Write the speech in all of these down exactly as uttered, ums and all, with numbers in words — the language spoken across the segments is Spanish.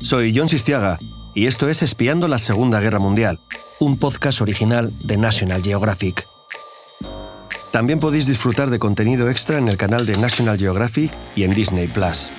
Soy Jon Sistiaga y esto es Espiando la Segunda Guerra Mundial, un podcast original de National Geographic. También podéis disfrutar de contenido extra en el canal de National Geographic y en Disney Plus.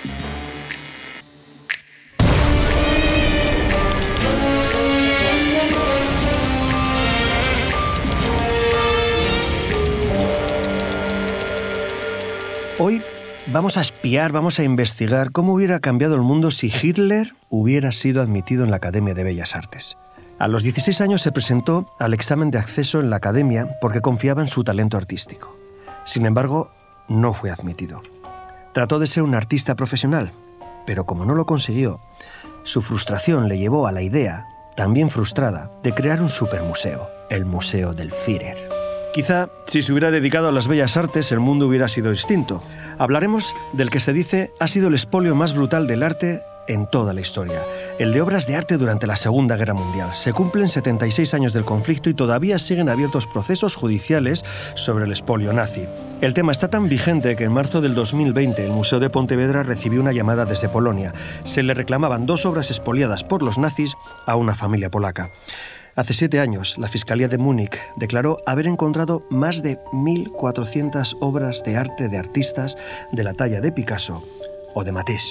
Hoy vamos a espiar, vamos a investigar cómo hubiera cambiado el mundo si Hitler hubiera sido admitido en la Academia de Bellas Artes. A los dieciséis años se presentó al examen de acceso en la Academia porque confiaba en su talento artístico. Sin embargo, no fue admitido. Trató de ser un artista profesional, pero como no lo consiguió, su frustración le llevó a la idea, también frustrada, de crear un supermuseo, el Museo del Führer. Quizá, si se hubiera dedicado a las bellas artes, el mundo hubiera sido distinto. Hablaremos del que se dice ha sido el expolio más brutal del arte en toda la historia, el de obras de arte durante la Segunda Guerra Mundial. Se cumplen setenta y seis años del conflicto y todavía siguen abiertos procesos judiciales sobre el expolio nazi. El tema está tan vigente que en marzo del dos mil veinte el Museo de Pontevedra recibió una llamada desde Polonia. Se le reclamaban dos obras expoliadas por los nazis a una familia polaca. Hace siete años, la Fiscalía de Múnich declaró haber encontrado más de mil cuatrocientas obras de arte de artistas de la talla de Picasso o de Matisse.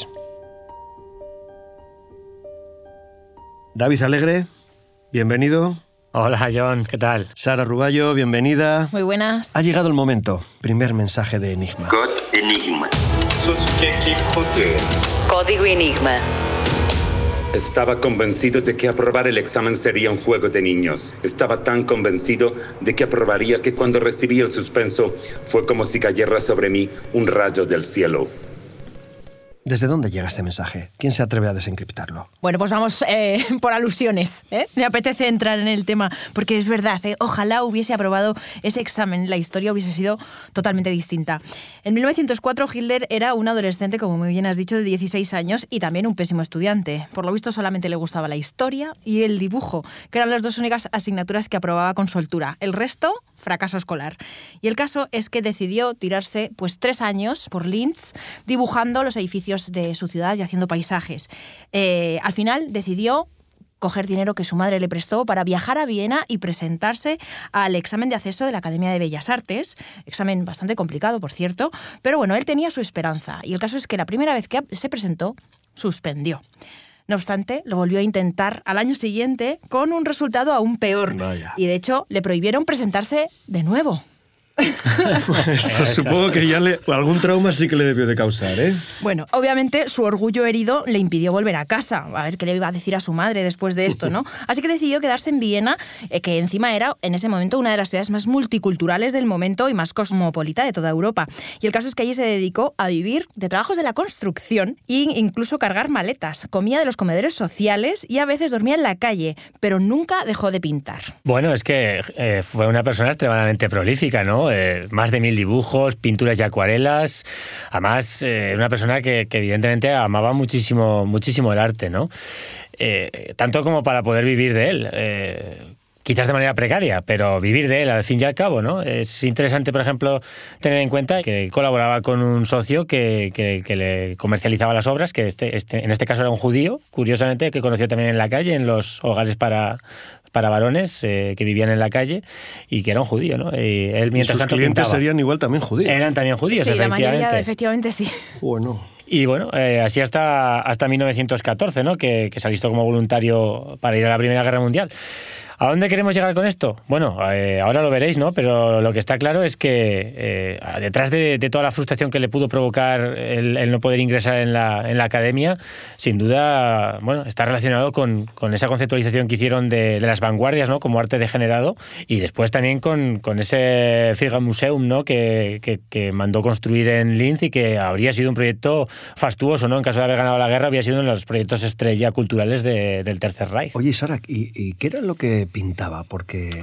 David Alegre, bienvenido. Hola, Jon, ¿qué tal? Sara Ruballo, bienvenida. Muy buenas. Ha llegado el momento. Primer mensaje de Enigma. Code Enigma. Código Enigma. Estaba convencido de que aprobar el examen sería un juego de niños. Estaba tan convencido de que aprobaría que cuando recibí el suspenso fue como si cayera sobre mí un rayo del cielo. ¿Desde dónde llega este mensaje? ¿Quién se atreve a desencriptarlo? Bueno, pues vamos eh, por alusiones, ¿eh? Me apetece entrar en el tema, porque es verdad, ¿eh? Ojalá hubiese aprobado ese examen, la historia hubiese sido totalmente distinta. En mil novecientos cuatro, Hitler era un adolescente, como muy bien has dicho, de dieciséis años y también un pésimo estudiante. Por lo visto, solamente le gustaba la historia y el dibujo, que eran las dos únicas asignaturas que aprobaba con soltura. El resto, fracaso escolar. Y el caso es que decidió tirarse pues tres años por Linz dibujando los edificios de su ciudad y haciendo paisajes. Eh, al final decidió coger dinero que su madre le prestó para viajar a Viena y presentarse al examen de acceso de la Academia de Bellas Artes, examen bastante complicado, por cierto, pero bueno, él tenía su esperanza y el caso es que la primera vez que se presentó, suspendió. No obstante, lo volvió a intentar al año siguiente con un resultado aún peor. Vaya. Y de hecho, le prohibieron presentarse de nuevo. Eso, supongo que ya le, algún trauma sí que le debió de causar, ¿eh? Bueno, obviamente su orgullo herido le impidió volver a casa, a ver qué le iba a decir a su madre después de esto, ¿no? Así que decidió quedarse en Viena, eh, que encima era en ese momento una de las ciudades más multiculturales del momento y más cosmopolita de toda Europa. Y el caso es que allí se dedicó a vivir de trabajos de la construcción e incluso cargar maletas. Comía de los comedores sociales y a veces dormía en la calle, pero nunca dejó de pintar. Bueno, es que eh, fue una persona extremadamente prolífica, ¿no? Eh, más de mil dibujos, pinturas y acuarelas. Además, eh, una persona que, que evidentemente amaba muchísimo, muchísimo el arte, ¿no? Eh, tanto como para poder vivir de él. Eh, quizás de manera precaria, pero vivir de él al fin y al cabo, ¿no? Es interesante, por ejemplo, tener en cuenta que colaboraba con un socio que, que, que le comercializaba las obras, que este, este, en este caso era un judío, curiosamente, que conoció también en la calle, en los hogares para... para varones eh, que vivían en la calle y que era un judío, ¿no? Y él mientras ¿Y sus tanto clientes pintaba. serían igual también judíos? Eran también judíos, sí, efectivamente. la mayoría, efectivamente, sí. Bueno. Y bueno, eh, así hasta, hasta mil novecientos catorce, ¿no? Que, que se alistó como voluntario para ir a la Primera Guerra Mundial. ¿A dónde queremos llegar con esto? Bueno, eh, ahora lo veréis, ¿no? Pero lo que está claro es que eh, detrás de, de toda la frustración que le pudo provocar el, el no poder ingresar en la, en la academia, sin duda, bueno, está relacionado con, con esa conceptualización que hicieron de, de las vanguardias, ¿no? Como arte degenerado, y después también con, con ese Führermuseum, ¿no? Que, que, que mandó construir en Linz y que habría sido un proyecto fastuoso, ¿no? En caso de haber ganado la guerra, habría sido uno de los proyectos estrella culturales de, del Tercer Reich. Oye, Sara, ¿y, y qué era lo que pintaba? Porque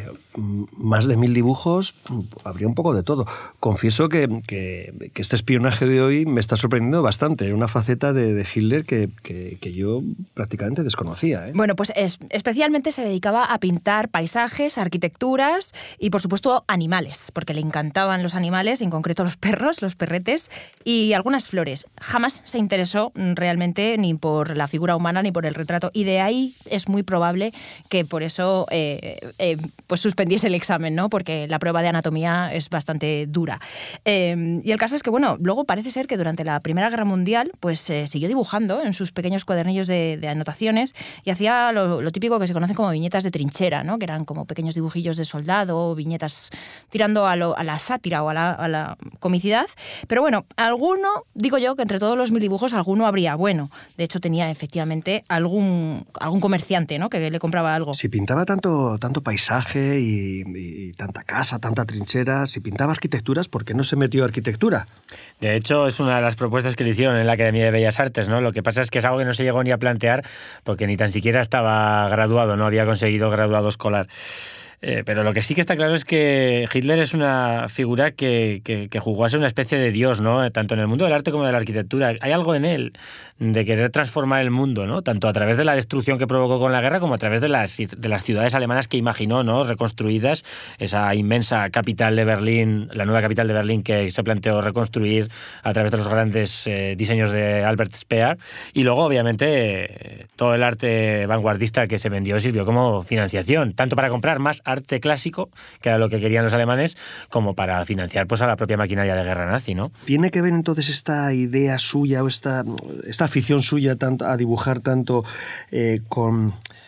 más de mil dibujos, habría un poco de todo. Confieso que, que, que este espionaje de hoy me está sorprendiendo bastante. Una faceta de, de Hitler que, que, que yo prácticamente desconocía, ¿eh? Bueno, pues es, especialmente se dedicaba a pintar paisajes, arquitecturas y, por supuesto, animales, porque le encantaban los animales, en concreto los perros, los perretes y algunas flores. Jamás se interesó realmente ni por la figura humana ni por el retrato, y de ahí es muy probable que por eso eh, eh, pues suspendiese el examen, ¿no? Porque la prueba de anatomía es bastante dura. Eh, y el caso es que, bueno, luego parece ser que durante la Primera Guerra Mundial pues eh, siguió dibujando en sus pequeños cuadernillos de, de anotaciones y hacía lo, lo típico que se conoce como viñetas de trinchera, ¿no? Que eran como pequeños dibujillos de soldado, viñetas tirando a, lo, a la sátira o a la, a la comicidad. Pero bueno, alguno, digo yo que entre todos los mil dibujos alguno habría bueno. De hecho tenía efectivamente algún, algún comerciante, ¿no? Que le compraba algo. Si pintaba tanto, tanto paisaje y, y tanta casa, tanta trinchera, si pintaba arquitecturas, ¿por qué no se metió a arquitectura? De hecho, es una de las propuestas que le hicieron en la Academia de Bellas Artes, ¿no? Lo que pasa es que es algo que no se llegó ni a plantear porque ni tan siquiera estaba graduado, no había conseguido graduado escolar. Eh, pero lo que sí que está claro es que Hitler es una figura que, que, que jugó a ser una especie de dios, ¿no? Tanto en el mundo del arte como de la arquitectura. Hay algo en él de querer transformar el mundo, ¿no? Tanto a través de la destrucción que provocó con la guerra como a través de las, de las ciudades alemanas que imaginó, ¿no? Reconstruidas, esa inmensa capital de Berlín, la nueva capital de Berlín que se planteó reconstruir a través de los grandes eh, diseños de Albert Speer. Y luego, obviamente, eh, todo el arte vanguardista que se vendió sirvió como financiación, tanto para comprar más arte clásico, que era lo que querían los alemanes, como para financiar pues a la propia maquinaria de guerra nazi, ¿no? ¿Tiene que ver entonces esta idea suya o esta, esta afición suya tanto, a dibujar tanto eh, con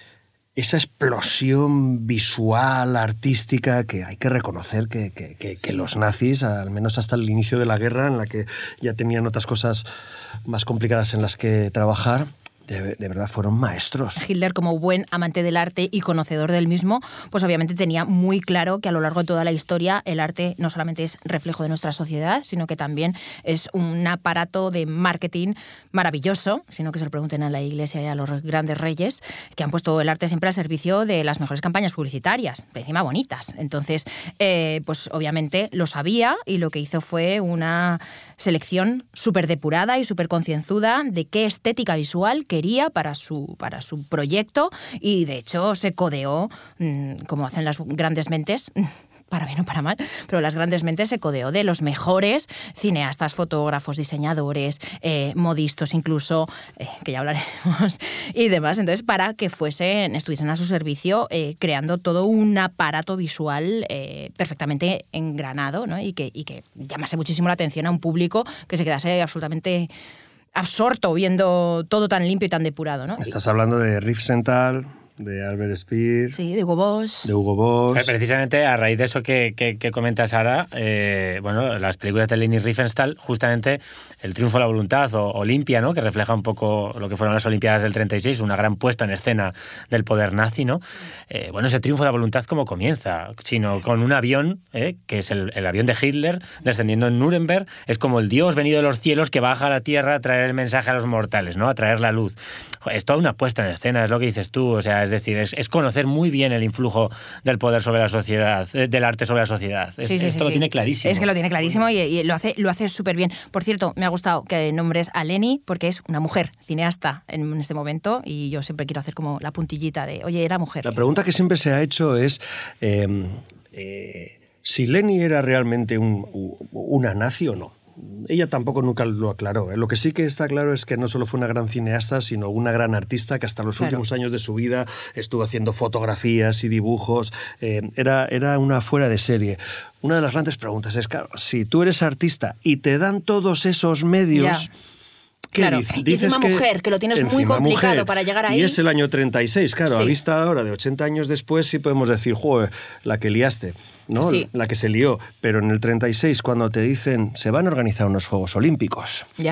esa explosión visual, artística, que hay que reconocer que, que, que, que los nazis, al menos hasta el inicio de la guerra, en la que ya tenían otras cosas más complicadas en las que trabajar, De, de verdad fueron maestros. Hitler, como buen amante del arte y conocedor del mismo, pues obviamente tenía muy claro que a lo largo de toda la historia el arte no solamente es reflejo de nuestra sociedad, sino que también es un aparato de marketing maravilloso, sino que se lo pregunten a la Iglesia y a los grandes reyes, que han puesto el arte siempre al servicio de las mejores campañas publicitarias, encima bonitas. Entonces, eh, pues obviamente lo sabía y lo que hizo fue una selección súper depurada y súper concienzuda de qué estética visual quería para su, para su proyecto, y de hecho se codeó, como hacen las grandes mentes, para bien o para mal, pero las grandes mentes se codeó de los mejores cineastas, fotógrafos, diseñadores, eh, modistas incluso, eh, que ya hablaremos, y demás. Entonces, para que fuesen, estuviesen a su servicio, eh, creando todo un aparato visual eh, perfectamente engranado, ¿no? y, que, y que llamase muchísimo la atención a un público que se quedase absolutamente absorto viendo todo tan limpio y tan depurado, ¿no? Estás hablando de Riefenstahl, de Albert Speer... Sí, de Hugo Boss. De Hugo Boss. Precisamente a raíz de eso que, que, que comentas ahora, eh, bueno, las películas de Leni Riefenstahl, justamente El triunfo de la voluntad o Olimpia, ¿no? Que refleja un poco lo que fueron las Olimpiadas del treinta y seis, una gran puesta en escena del poder nazi, ¿no? Eh, bueno, ese triunfo de la voluntad, ¿cómo comienza? Sino con un avión, eh, que es el, el avión de Hitler, descendiendo en Nuremberg, es como el Dios venido de los cielos que baja a la tierra a traer el mensaje a los mortales, ¿no? A traer la luz. Es toda una puesta en escena, es lo que dices tú, o sea, es decir, es, es conocer muy bien el influjo del poder sobre la sociedad, del arte sobre la sociedad. Es, sí, sí, esto sí, lo sí. tiene clarísimo. Es que lo tiene clarísimo y, y lo hace lo hace súper bien. Por cierto, me ha gustado que nombres a Leni porque es una mujer cineasta en este momento y yo siempre quiero hacer como la puntillita de, oye, era mujer. La pregunta que siempre se ha hecho es eh, eh, si Leni era realmente un, una nazi o no. Ella tampoco nunca lo aclaró, ¿eh? Lo que sí que está claro es que no solo fue una gran cineasta, sino una gran artista que hasta los claro. últimos años de su vida estuvo haciendo fotografías y dibujos. Eh, era, era una fuera de serie. Una de las grandes preguntas es, claro, si tú eres artista y te dan todos esos medios... Ya. Claro, dices? y encima que mujer, que lo tienes muy complicado mujer, para llegar ahí. Y es el año treinta y seis, claro, sí. a vista ahora de ochenta años después sí podemos decir, joder, la que liaste, ¿no? Sí. La que se lió. Pero en el treinta y seis, cuando te dicen, se van a organizar unos Juegos Olímpicos. Ya.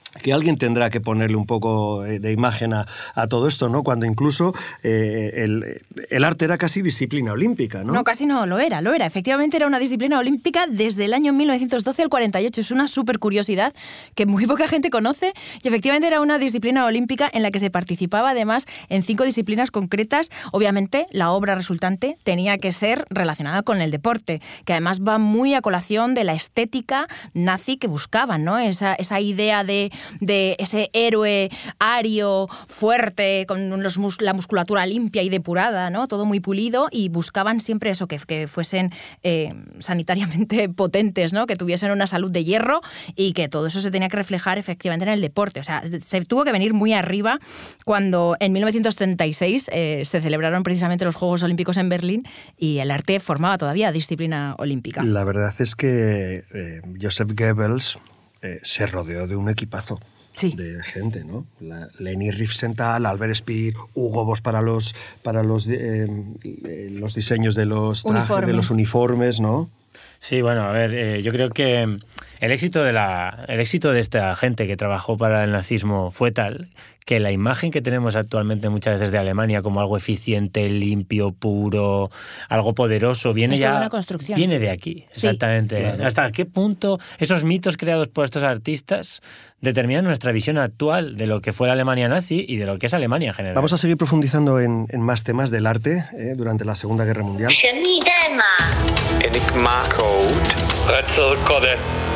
que alguien tendrá que ponerle un poco de imagen a, a todo esto, ¿no? Cuando incluso eh, el, el arte era casi disciplina olímpica, ¿no? No, casi no, lo era, lo era. Efectivamente era una disciplina olímpica desde el año mil novecientos doce al cuarenta y ocho. Es una súper curiosidad que muy poca gente conoce y efectivamente era una disciplina olímpica en la que se participaba además en cinco disciplinas concretas. Obviamente la obra resultante tenía que ser relacionada con el deporte, que además va muy a colación de la estética nazi que buscaban, ¿no? Esa, esa idea de de ese héroe ario, fuerte, con los mus- la musculatura limpia y depurada, ¿no? Todo muy pulido, y buscaban siempre eso, que, que fuesen eh, sanitariamente potentes, ¿no? Que tuviesen una salud de hierro y que todo eso se tenía que reflejar efectivamente en el deporte. O sea, se tuvo que venir muy arriba cuando en mil novecientos treinta y seis eh, se celebraron precisamente los Juegos Olímpicos en Berlín y el arte formaba todavía disciplina olímpica. La verdad es que eh, Joseph Goebbels Eh, se rodeó de un equipazo sí. de gente, ¿no? La, Leni Riefenstahl, Albert Speer, Hugo Boss para los, para los, eh, los diseños de los trajes, uniformes. de los uniformes, ¿no? Sí, bueno, a ver, eh, yo creo que el éxito de la, el éxito de esta gente que trabajó para el nazismo fue tal que la imagen que tenemos actualmente muchas veces de Alemania como algo eficiente, limpio, puro, algo poderoso, viene es ya una construcción. Viene de aquí, sí, exactamente. Claro. ¿Hasta qué punto esos mitos creados por estos artistas determinan nuestra visión actual de lo que fue la Alemania nazi y de lo que es Alemania en general? Vamos a seguir profundizando en, en más temas del arte eh, durante la Segunda Guerra Mundial. Enigma Code. Rätsel Code.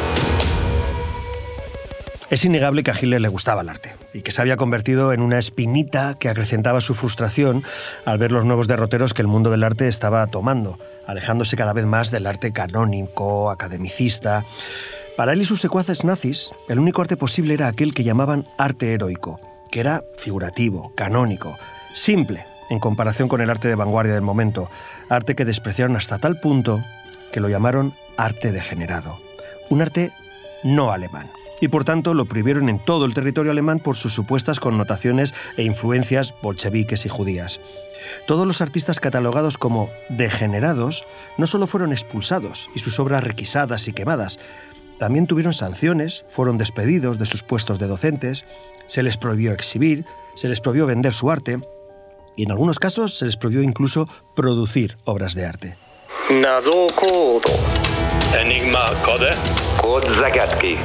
Es innegable que a Hitler le gustaba el arte y que se había convertido en una espinita que acrecentaba su frustración al ver los nuevos derroteros que el mundo del arte estaba tomando, alejándose cada vez más del arte canónico, academicista. Para él y sus secuaces nazis, el único arte posible era aquel que llamaban arte heroico, que era figurativo, canónico, simple en comparación con el arte de vanguardia del momento, arte que despreciaron hasta tal punto que lo llamaron arte degenerado, un arte no alemán. Y por tanto lo prohibieron en todo el territorio alemán por sus supuestas connotaciones e influencias bolcheviques y judías. Todos los artistas catalogados como degenerados no solo fueron expulsados y sus obras requisadas y quemadas, también tuvieron sanciones, fueron despedidos de sus puestos de docentes, se les prohibió exhibir, se les prohibió vender su arte y en algunos casos se les prohibió incluso producir obras de arte. Nazo Code. Enigma Code. Code Zagadki.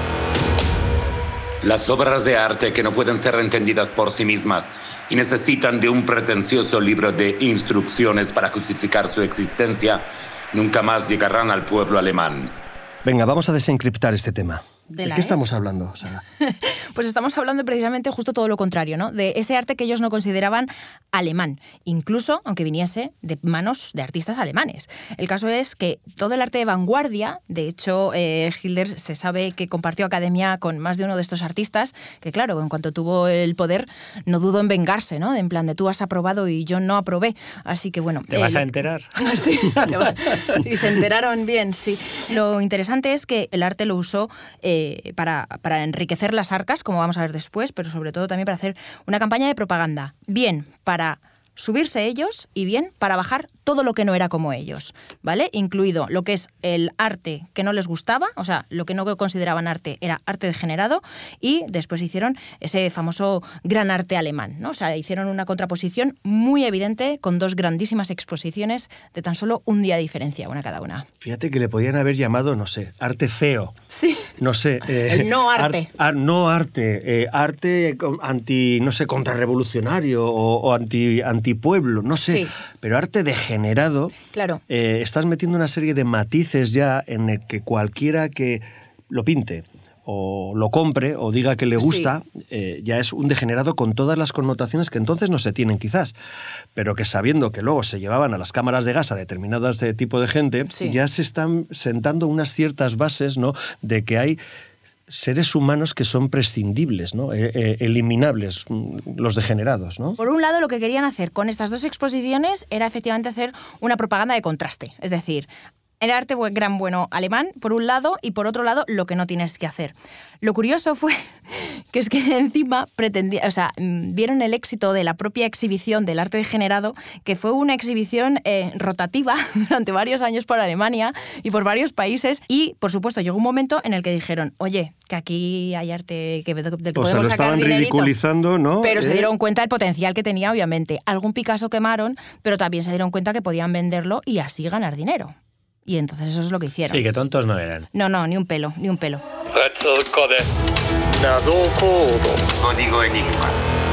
Las obras de arte que no pueden ser entendidas por sí mismas y necesitan de un pretencioso libro de instrucciones para justificar su existencia, nunca más llegarán al pueblo alemán. Venga, vamos a desencriptar este tema. ¿De, ¿De la qué E? estamos hablando, Sara? Pues estamos hablando precisamente justo todo lo contrario, ¿no? De ese arte que ellos no consideraban alemán, incluso aunque viniese de manos de artistas alemanes. El caso es que todo el arte de vanguardia, de hecho, eh, Hitler se sabe que compartió academia con más de uno de estos artistas, que claro, en cuanto tuvo el poder, no dudó en vengarse, ¿no? En plan de tú has aprobado y yo no aprobé. Así que bueno... ¿Te eh, vas a enterar? Sí, y se enteraron bien, sí. Lo interesante es que el arte lo usó... Eh, Para, para enriquecer las arcas, como vamos a ver después, pero sobre todo también para hacer una campaña de propaganda. Bien para subirse ellos y bien para bajar todo lo que no era como ellos, ¿vale? Incluido lo que es el arte que no les gustaba, o sea, lo que no consideraban arte era arte degenerado, y después hicieron ese famoso gran arte alemán, ¿no? O sea, hicieron una contraposición muy evidente con dos grandísimas exposiciones de tan solo un día de diferencia, una cada una. Fíjate que le podían haber llamado, no sé, arte feo. Sí. No sé. Eh, el no arte. Ar, ar, no arte. Eh, arte anti, no sé, contrarrevolucionario o, o anti, antipueblo, no sé. Sí. Pero arte degenerado. Claro. Eh, estás metiendo una serie de matices ya en el que cualquiera que lo pinte o lo compre o diga que le gusta, sí. eh, ya es un degenerado con todas las connotaciones que entonces no se tienen quizás, pero que sabiendo que luego se llevaban a las cámaras de gas a determinados de tipo de gente, sí. ya se están sentando unas ciertas bases, ¿no?, de que hay seres humanos que son prescindibles, ¿no?, eh, eh, eliminables, los degenerados, ¿no? Por un lado, lo que querían hacer con estas dos exposiciones era efectivamente hacer una propaganda de contraste, es decir, El arte gran bueno alemán, por un lado, y por otro lado, lo que no tienes que hacer. Lo curioso fue que es que encima pretendía, o sea, vieron el éxito de la propia exhibición del arte degenerado, que fue una exhibición eh, rotativa durante varios años por Alemania y por varios países, y por supuesto llegó un momento en el que dijeron, oye, que aquí hay arte que, del que o podemos sea, lo sacar estaban dinerito. ridiculizando, ¿no? Pero ¿Eh? se dieron cuenta del potencial que tenía, obviamente. Algún Picasso quemaron, pero también se dieron cuenta que podían venderlo y así ganar dinero. Y entonces eso es lo que hicieron. Sí, que tontos no eran. No, no, ni un pelo, ni un pelo. Retzelkode. Nadokodo. Código Enigma.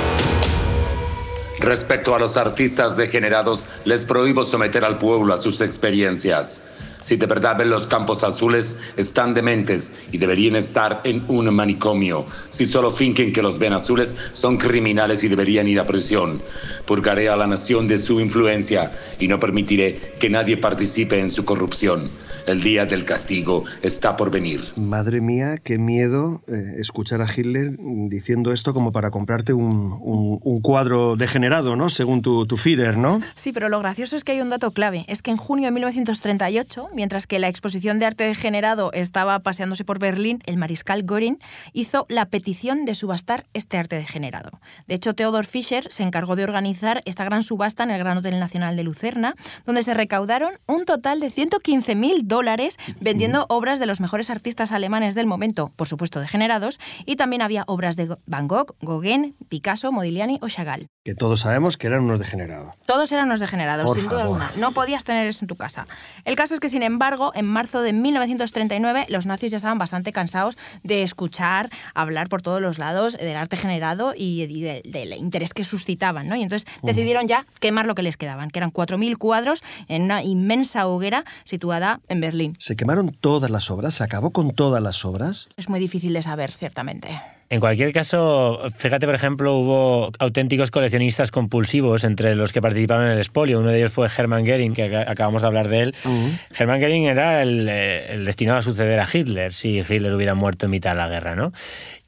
Respecto a los artistas degenerados, les prohíbo someter al pueblo a sus experiencias. Si de verdad ven los campos azules, están dementes y deberían estar en un manicomio. Si solo fingen que los ven azules, son criminales y deberían ir a prisión. Purgaré a la nación de su influencia y no permitiré que nadie participe en su corrupción. El día del castigo está por venir. Madre mía, qué miedo eh, escuchar a Hitler diciendo esto como para comprarte un, un, un cuadro degenerado, ¿no? Según tu, tu Führer, ¿no? Sí, pero lo gracioso es que hay un dato clave. Es que en junio de mil novecientos treinta y ocho, mientras que la exposición de arte degenerado estaba paseándose por Berlín, el mariscal Göring hizo la petición de subastar este arte degenerado. De hecho, Theodor Fischer se encargó de organizar esta gran subasta en el Gran Hotel Nacional de Lucerna, donde se recaudaron un total de ciento quince mil dólares vendiendo obras de los mejores artistas alemanes del momento, por supuesto degenerados, y también había obras de Van Gogh, Gauguin, Picasso, Modigliani o Chagall. Que todos sabemos que eran unos degenerados. Todos eran unos degenerados, Por sin duda favor. alguna. No podías tener eso en tu casa. El caso es que, sin embargo, en marzo de mil novecientos treinta y nueve, los nazis ya estaban bastante cansados de escuchar hablar por todos los lados del arte generado y, y de, del interés que suscitaban, ¿no? Y entonces uh. decidieron ya quemar lo que les quedaban, que eran cuatro mil cuadros en una inmensa hoguera situada en Berlín. ¿Se quemaron todas las obras? ¿Se acabó con todas las obras? Es muy difícil de saber, ciertamente. En cualquier caso, fíjate, por ejemplo, hubo auténticos coleccionistas compulsivos entre los que participaron en el expolio. Uno de ellos fue Hermann Göring, que acabamos de hablar de él. Uh-huh. Hermann Göring era el, el destinado a suceder a Hitler, si Hitler hubiera muerto en mitad de la guerra, ¿no?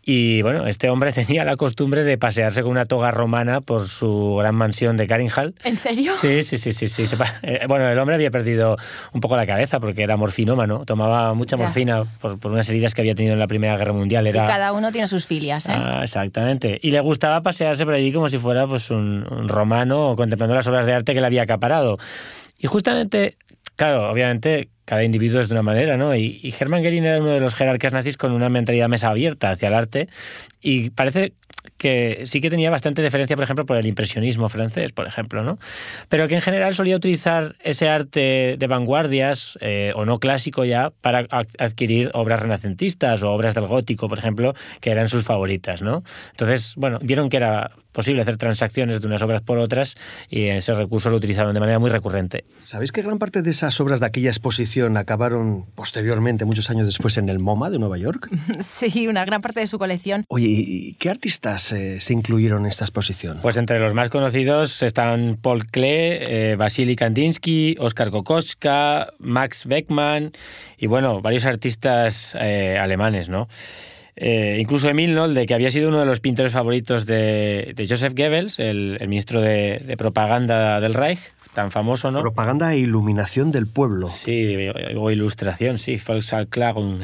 Y bueno, este hombre tenía la costumbre de pasearse con una toga romana por su gran mansión de Carinhall. ¿En serio? Sí, sí, sí, sí. sí. Bueno, el hombre había perdido un poco la cabeza porque era morfinómano, tomaba mucha ya. morfina por, por unas heridas que había tenido en la Primera Guerra Mundial. Era... Y cada uno tiene sus filias, ¿eh? Ah, exactamente. Y le gustaba pasearse por allí como si fuera pues, un, un romano contemplando las obras de arte que le había acaparado. Y justamente, claro, obviamente... Cada individuo es de una manera, ¿no? Y, y Hermann Göring era uno de los jerarcas nazis con una mentalidad mesa abierta hacia el arte y parece que sí que tenía bastante deferencia, por ejemplo, por el impresionismo francés, por ejemplo, ¿no? Pero que en general solía utilizar ese arte de vanguardias, eh, o no clásico ya, para adquirir obras renacentistas o obras del gótico, por ejemplo, que eran sus favoritas, ¿no? Entonces, bueno, vieron que era posible hacer transacciones de unas obras por otras y ese recurso lo utilizaron de manera muy recurrente. ¿Sabéis que gran parte de esas obras de aquella exposición acabaron posteriormente, muchos años después, en el MoMA de Nueva York? Sí, una gran parte de su colección. Oye, ¿y qué artistas eh, se incluyeron en esta exposición? Pues entre los más conocidos están Paul Klee, eh, Vasily Kandinsky, Oskar Kokoschka, Max Beckmann y, bueno, varios artistas eh, alemanes, ¿no? Eh, incluso Emil Nolde, que había sido uno de los pintores favoritos de, de Joseph Goebbels, el, el ministro de, de propaganda del Reich, tan famoso, ¿no? Propaganda e iluminación del pueblo. Sí, o ilustración, sí, Volkserklärung.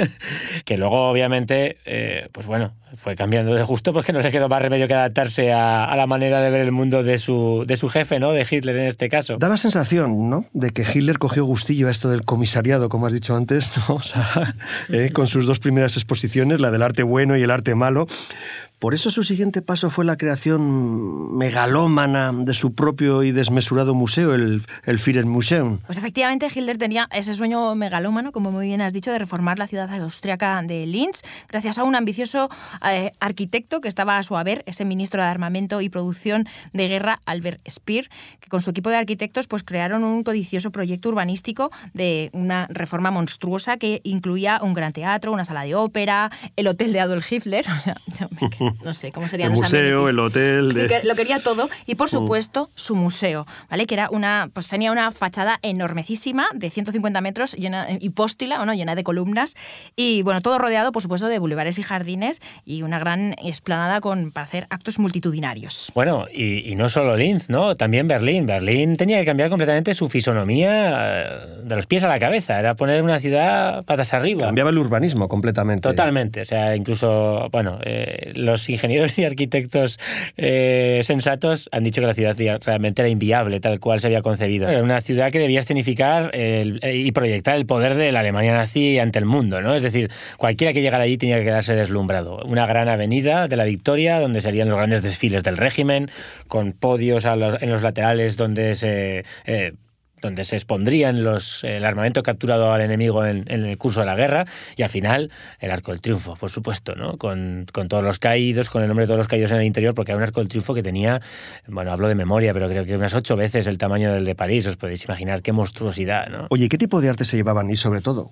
Que luego, obviamente, eh, pues bueno, fue cambiando de gusto porque no le quedó más remedio que adaptarse a, a la manera de ver el mundo de su, de su jefe, ¿no? De Hitler en este caso. Da la sensación, ¿no?, de que Hitler cogió gustillo a esto del comisariado, como has dicho antes, ¿no? O sea, eh, con sus dos primeras exposiciones, la del arte bueno y el arte malo. Por eso su siguiente paso fue la creación megalómana de su propio y desmesurado museo, el, el Führermuseum. Pues efectivamente Hitler tenía ese sueño megalómano, como muy bien has dicho, de reformar la ciudad austríaca de Linz, gracias a un ambicioso eh, arquitecto que estaba a su haber, ese ministro de Armamento y Producción de Guerra, Albert Speer, que con su equipo de arquitectos pues, crearon un codicioso proyecto urbanístico de una reforma monstruosa que incluía un gran teatro, una sala de ópera, el hotel de Adolf Hitler. O sea, yo me... no sé cómo serían el los museo, amenities. el hotel. Sí, de... que lo quería todo y por supuesto su museo, ¿vale? Que era una, pues tenía una fachada enormecísima de ciento cincuenta metros, llena hipóstila, ¿o no? Llena de columnas y bueno, todo rodeado por supuesto de bulevares y jardines y una gran explanada con, para hacer actos multitudinarios. Bueno, y, y no solo Linz, ¿no? También Berlín. Berlín tenía que cambiar completamente su fisonomía de los pies a la cabeza. Era poner una ciudad patas arriba. Cambiaba el urbanismo completamente. Totalmente. O sea, incluso, bueno, eh, los ingenieros y arquitectos eh, sensatos han dicho que la ciudad realmente era inviable, tal cual se había concebido. Era una ciudad que debía escenificar el, y proyectar el poder de la Alemania nazi ante el mundo, ¿no? Es decir, cualquiera que llegara allí tenía que quedarse deslumbrado. Una gran avenida de la Victoria, donde serían los grandes desfiles del régimen, con podios a los, en los laterales donde se... Eh, donde se expondrían los, el armamento capturado al enemigo en, en el curso de la guerra, y al final el Arco del Triunfo, por supuesto, ¿no? Con, con todos los caídos, con el nombre de todos los caídos en el interior, porque era un Arco del Triunfo que tenía, bueno, hablo de memoria, pero creo que unas ocho veces el tamaño del de París. Os podéis imaginar qué monstruosidad, ¿no? Oye, ¿qué tipo de arte se llevaban? Y sobre todo,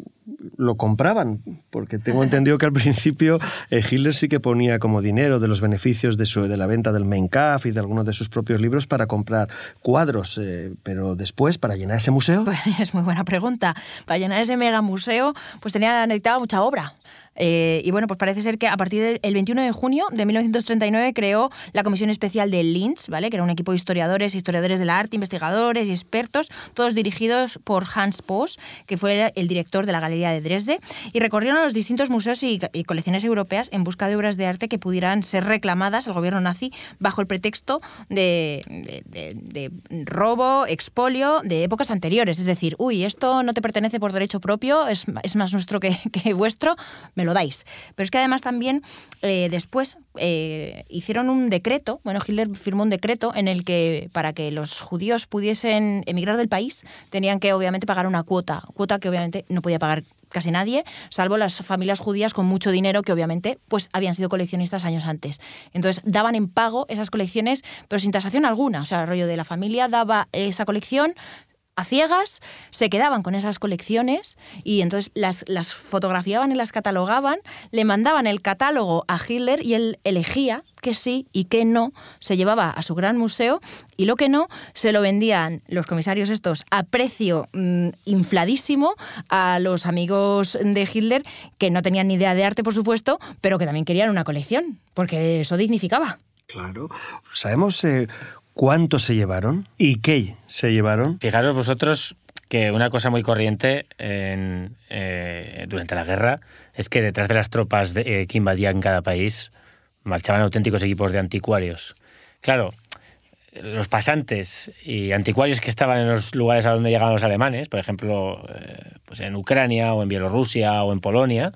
¿lo compraban? Porque tengo entendido que al principio eh, Hitler sí que ponía como dinero de los beneficios de, su, de la venta del Mein Kampf y de algunos de sus propios libros para comprar cuadros, eh, pero después, para llenar ese museo... Pues es muy buena pregunta. Para llenar ese mega museo, pues tenía, necesitaba mucha obra. Eh, y bueno, pues parece ser que a partir del veintiuno de junio de mil novecientos treinta y nueve creó la Comisión Especial de Linz, ¿vale? Que era un equipo de historiadores, historiadores del arte, investigadores y expertos, todos dirigidos por Hans Poss, que fue el director de la Galería de Dresde, y recorrieron los distintos museos y, y colecciones europeas en busca de obras de arte que pudieran ser reclamadas al gobierno nazi bajo el pretexto de, de, de, de robo, expolio de épocas anteriores. Es decir, uy, esto no te pertenece por derecho propio, es, es más nuestro que, que vuestro, me lo dais. Pero es que además también eh, después eh, hicieron un decreto, bueno, Hitler firmó un decreto en el que para que los judíos pudiesen emigrar del país tenían que obviamente pagar una cuota, cuota que obviamente no podía pagar casi nadie, salvo las familias judías con mucho dinero que obviamente pues habían sido coleccionistas años antes. Entonces daban en pago esas colecciones, pero sin tasación alguna. O sea, el rollo de la familia daba esa colección a ciegas, se quedaban con esas colecciones y entonces las, las fotografiaban y las catalogaban, le mandaban el catálogo a Hitler y él elegía qué sí y qué no se llevaba a su gran museo, y lo que no se lo vendían los comisarios estos a precio mmm, infladísimo a los amigos de Hitler, que no tenían ni idea de arte, por supuesto, pero que también querían una colección, porque eso dignificaba. Claro. ¿Sabemos eh, cuánto se llevaron y qué se llevaron? Fijaros vosotros que una cosa muy corriente en, eh, durante la guerra es que detrás de las tropas de, eh, que invadían cada país marchaban auténticos equipos de anticuarios. Claro, los pasantes y anticuarios que estaban en los lugares a donde llegaban los alemanes, por ejemplo, eh, pues en Ucrania o en Bielorrusia o en Polonia,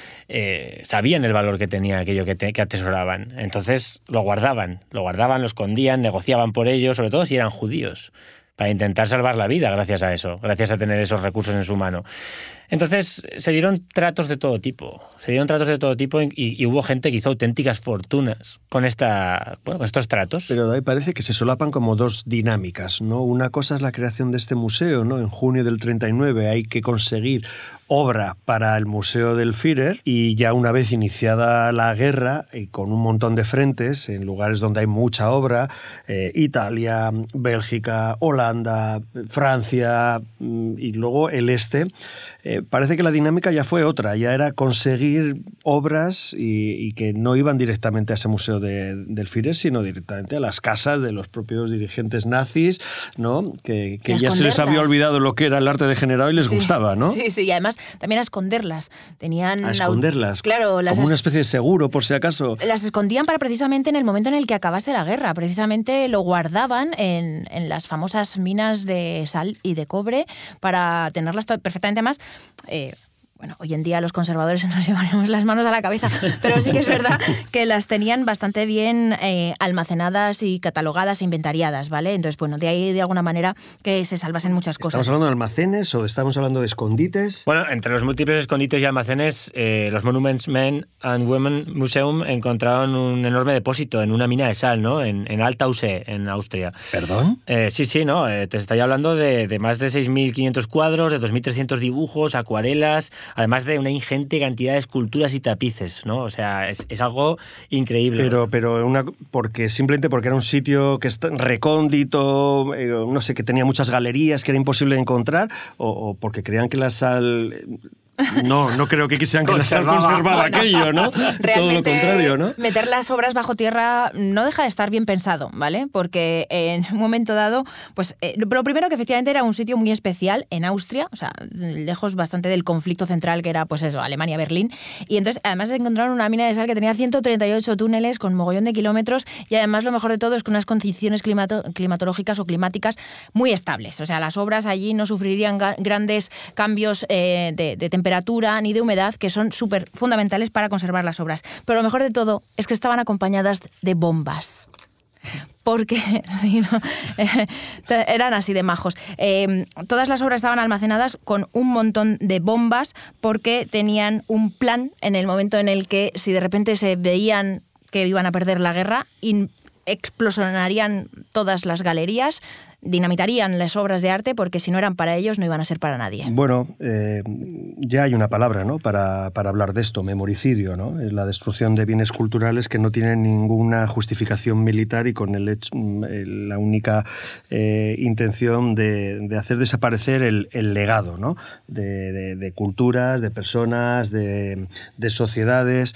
eh, sabían el valor que tenía aquello que, te, que atesoraban. Entonces lo guardaban, lo guardaban, lo escondían, negociaban por ello, sobre todo si eran judíos, para intentar salvar la vida gracias a eso, gracias a tener esos recursos en su mano. Entonces se dieron tratos de todo tipo, se dieron tratos de todo tipo y, y hubo gente que hizo auténticas fortunas con, esta, bueno, con estos tratos. Pero ahí parece que se solapan como dos dinámicas, ¿no? Una cosa es la creación de este museo, ¿no? En junio del treinta y nueve hay que conseguir obra para el Museo del Führer y ya una vez iniciada la guerra y con un montón de frentes en lugares donde hay mucha obra, eh, Italia, Bélgica, Holanda, Francia y luego el este, eh, parece que la dinámica ya fue otra, ya era conseguir obras y, y que no iban directamente a ese Museo de, del Führer, sino directamente a las casas de los propios dirigentes nazis, ¿no? Que, que ya se les había olvidado lo que era el arte degenerado y les sí, gustaba, ¿no? Sí, sí, y además también a esconderlas. Tenían a esconderlas, claro, las como una especie de seguro, por si acaso. Las escondían para precisamente en el momento en el que acabase la guerra. Precisamente lo guardaban en, en las famosas minas de sal y de cobre para tenerlas perfectamente más... Eh, Bueno, hoy en día los conservadores nos llevaremos las manos a la cabeza, pero sí que es verdad que las tenían bastante bien eh, almacenadas y catalogadas e inventariadas, ¿vale? Entonces, bueno, de ahí de alguna manera que se salvasen muchas cosas. ¿Estamos hablando de almacenes o estamos hablando de escondites? Bueno, entre los múltiples escondites y almacenes, eh, los Monuments Men and Women Museum encontraron un enorme depósito en una mina de sal, ¿no? En, en Altaussee, en Austria. ¿Perdón? Eh, sí, sí, ¿no? Eh, te estoy hablando de, de más de seis mil quinientos cuadros, de dos mil trescientos dibujos, acuarelas, además de una ingente cantidad de esculturas y tapices, ¿no? O sea, es, es algo increíble. Pero, pero una, porque simplemente porque era un sitio que está recóndito, eh, no sé, que tenía muchas galerías que era imposible de encontrar, o, o porque creían que la sal... No, no creo que quisieran que la sal conservara bueno, aquello, ¿no? Todo lo contrario, ¿no? Meter las obras bajo tierra no deja de estar bien pensado, ¿vale? Porque en un momento dado, pues eh, lo primero que efectivamente era un sitio muy especial en Austria, o sea, lejos bastante del conflicto central que era, pues eso, Alemania-Berlín, y entonces además encontraron una mina de sal que tenía ciento treinta y ocho túneles con mogollón de kilómetros y además lo mejor de todo es que unas condiciones climato- climatológicas o climáticas muy estables, o sea, las obras allí no sufrirían ga- grandes cambios eh, de, de temperatura temperatura ni de humedad, que son súper fundamentales para conservar las obras. Pero lo mejor de todo es que estaban acompañadas de bombas. Porque sí, no, eh, eran así de majos. Eh, todas las obras estaban almacenadas con un montón de bombas porque tenían un plan en el momento en el que, si de repente se veían que iban a perder la guerra, in, explosionarían todas las galerías, dinamitarían las obras de arte, porque si no eran para ellos, no iban a ser para nadie. Bueno, eh, ya hay una palabra, ¿no?, para, para hablar de esto, memoricidio, ¿no? Es la destrucción de bienes culturales que no tienen ninguna justificación militar y con el hecho, la única eh, intención de, de hacer desaparecer el, el legado, ¿no?, de, de, de culturas, de personas, de, de sociedades.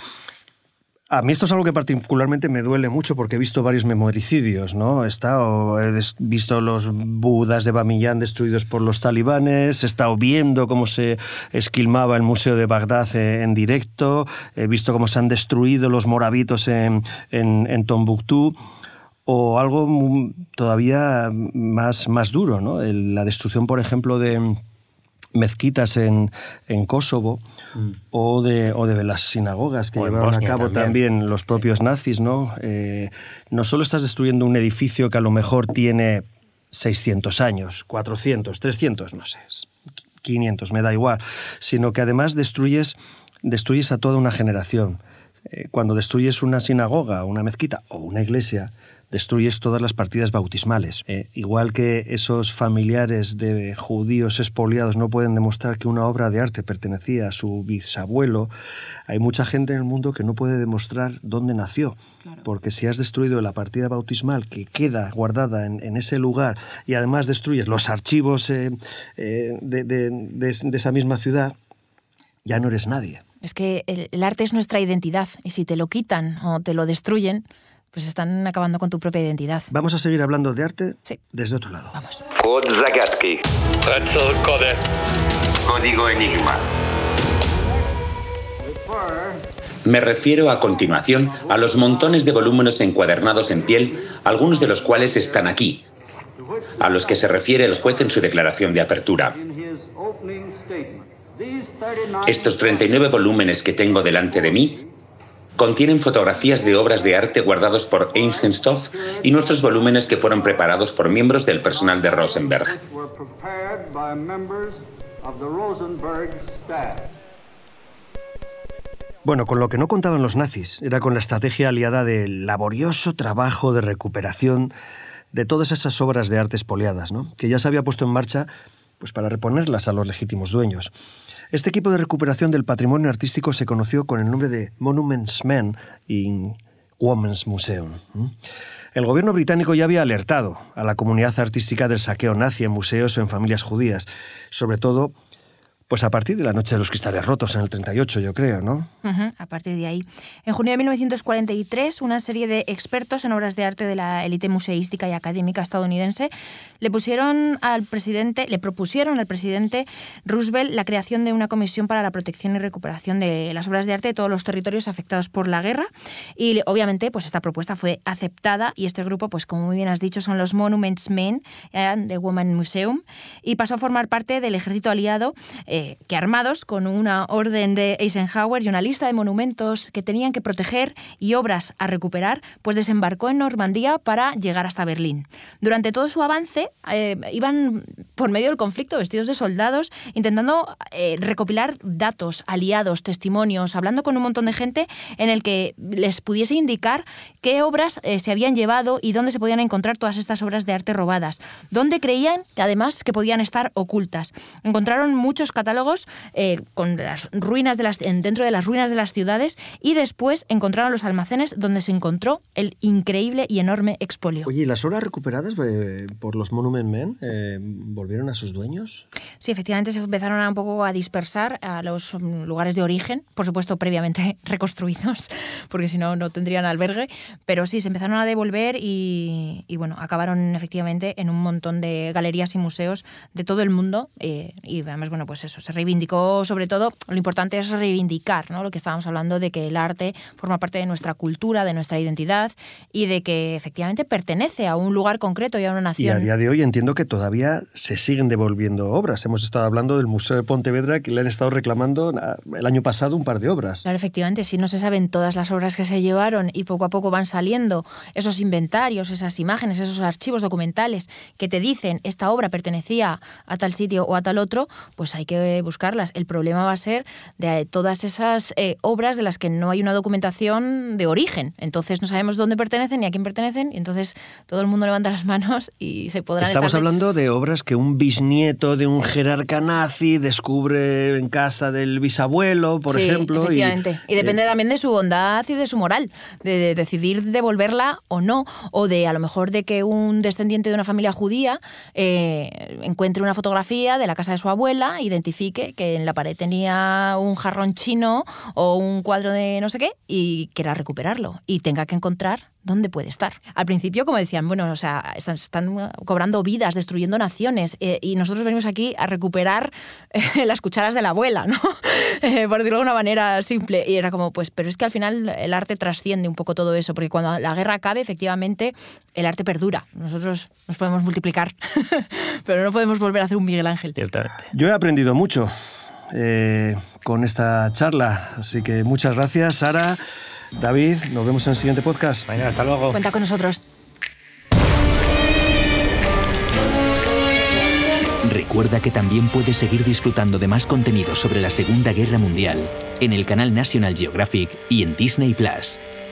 A mí esto es algo que particularmente me duele mucho porque he visto varios memoricidios, ¿no? He, estado, he visto los budas de Bamiyan destruidos por los talibanes, he estado viendo cómo se esquilmaba el Museo de Bagdad en directo, he visto cómo se han destruido los moravitos en, en, en Tombuctú, o algo todavía más, más duro, ¿no? La destrucción, por ejemplo, de mezquitas en, en Kosovo, mm. o, de, o de las sinagogas que o llevaron a cabo también. también los propios sí. nazis, ¿no? Eh, no solo estás destruyendo un edificio que a lo mejor tiene seiscientos años, cuatrocientos, trescientos, no sé, quinientos, me da igual, sino que además destruyes, destruyes a toda una generación. Eh, cuando destruyes una sinagoga, una mezquita o una iglesia, destruyes todas las partidas bautismales. Eh, igual que esos familiares de judíos expoliados no pueden demostrar que una obra de arte pertenecía a su bisabuelo, hay mucha gente en el mundo que no puede demostrar dónde nació. Claro. Porque si has destruido la partida bautismal que queda guardada en, en ese lugar y además destruyes los archivos eh, eh, de, de, de, de esa misma ciudad, ya no eres nadie. Es que el, el arte es nuestra identidad y si te lo quitan o te lo destruyen, pues están acabando con tu propia identidad. Vamos a seguir hablando de arte sí. desde otro lado. Vamos. Code Zagadki. Pretzel Code. Código Enigma. Me refiero a continuación a los montones de volúmenes encuadernados en piel, algunos de los cuales están aquí, a los que se refiere el juez en su declaración de apertura. Estos treinta y nueve volúmenes que tengo delante de mí contienen fotografías de obras de arte guardados por Einstein-Stoff y nuestros volúmenes que fueron preparados por miembros del personal de Rosenberg. Bueno, con lo que no contaban los nazis era con la estrategia aliada del laborioso trabajo de recuperación de todas esas obras de arte expoliadas, ¿no?, que ya se había puesto en marcha pues, para reponerlas a los legítimos dueños. Este equipo de recuperación del patrimonio artístico se conoció con el nombre de Monuments Men in Women's Museum. El gobierno británico ya había alertado a la comunidad artística del saqueo nazi en museos o en familias judías, sobre todo pues a partir de la Noche de los Cristales Rotos, en el treinta y ocho, yo creo, ¿no? Uh-huh, a partir de ahí. En junio de mil novecientos cuarenta y tres, una serie de expertos en obras de arte de la élite museística y académica estadounidense le pusieron al presidente, le propusieron al presidente Roosevelt la creación de una comisión para la protección y recuperación de las obras de arte de todos los territorios afectados por la guerra. Y obviamente, pues esta propuesta fue aceptada y este grupo, pues como muy bien has dicho, son los Monuments Men and the Women's Museum, y pasó a formar parte del ejército aliado, eh, que armados con una orden de Eisenhower y una lista de monumentos que tenían que proteger y obras a recuperar, pues desembarcó en Normandía para llegar hasta Berlín. Durante todo su avance eh, iban por medio del conflicto vestidos de soldados, intentando eh, recopilar datos, aliados, testimonios, hablando con un montón de gente en el que les pudiese indicar qué obras eh, se habían llevado y dónde se podían encontrar todas estas obras de arte robadas, dónde creían además que podían estar ocultas. Encontraron muchos catálogos catálogos eh, con las ruinas de las, dentro de las ruinas de las ciudades, y después encontraron los almacenes donde se encontró el increíble y enorme expolio. Oye, ¿y las obras recuperadas eh, por los Monument Men eh, volvieron a sus dueños? Sí, efectivamente se empezaron a un poco a dispersar a los lugares de origen, por supuesto previamente reconstruidos, porque si no, no tendrían albergue, pero sí, se empezaron a devolver y, y bueno, acabaron efectivamente en un montón de galerías y museos de todo el mundo, eh, y además, bueno, pues eso, se reivindicó sobre todo, lo importante es reivindicar, ¿no? Lo que estábamos hablando de que el arte forma parte de nuestra cultura, de nuestra identidad, y de que efectivamente pertenece a un lugar concreto y a una nación. Y a día de hoy entiendo que todavía se siguen devolviendo obras. Hemos estado hablando del Museo de Pontevedra, que le han estado reclamando el año pasado un par de obras. Claro, efectivamente, si no se saben todas las obras que se llevaron y poco a poco van saliendo esos inventarios, esas imágenes, esos archivos documentales que te dicen esta obra pertenecía a tal sitio o a tal otro, pues hay que buscarlas. El problema va a ser de todas esas eh, obras de las que no hay una documentación de origen. Entonces no sabemos dónde pertenecen ni a quién pertenecen, y entonces todo el mundo levanta las manos y se podrán... Estamos estar de... hablando de obras que un bisnieto de un jerarca nazi descubre en casa del bisabuelo, por sí, ejemplo. Efectivamente. Y, y depende eh, también de su bondad y de su moral, de, de decidir devolverla o no, o de a lo mejor de que un descendiente de una familia judía eh, encuentre una fotografía de la casa de su abuela, identifique que en la pared tenía un jarrón chino o un cuadro de no sé qué y quiera recuperarlo y tenga que encontrar dónde puede estar. Al principio, como decían, bueno, o sea, están, están cobrando vidas, destruyendo naciones, eh, y nosotros venimos aquí a recuperar eh, las cucharas de la abuela, ¿no? eh, por decirlo de una manera simple. Y era como, pues, pero es que al final el arte trasciende un poco todo eso, porque cuando la guerra acabe, efectivamente, el arte perdura. Nosotros nos podemos multiplicar, pero no podemos volver a hacer un Miguel Ángel. Ciertamente. Yo he aprendido mucho eh, con esta charla, así que muchas gracias, Sara. David, nos vemos en el siguiente podcast. Venga, hasta luego. Cuenta con nosotros. Recuerda que también puedes seguir disfrutando de más contenido sobre la Segunda Guerra Mundial en el canal National Geographic y en Disney Plus.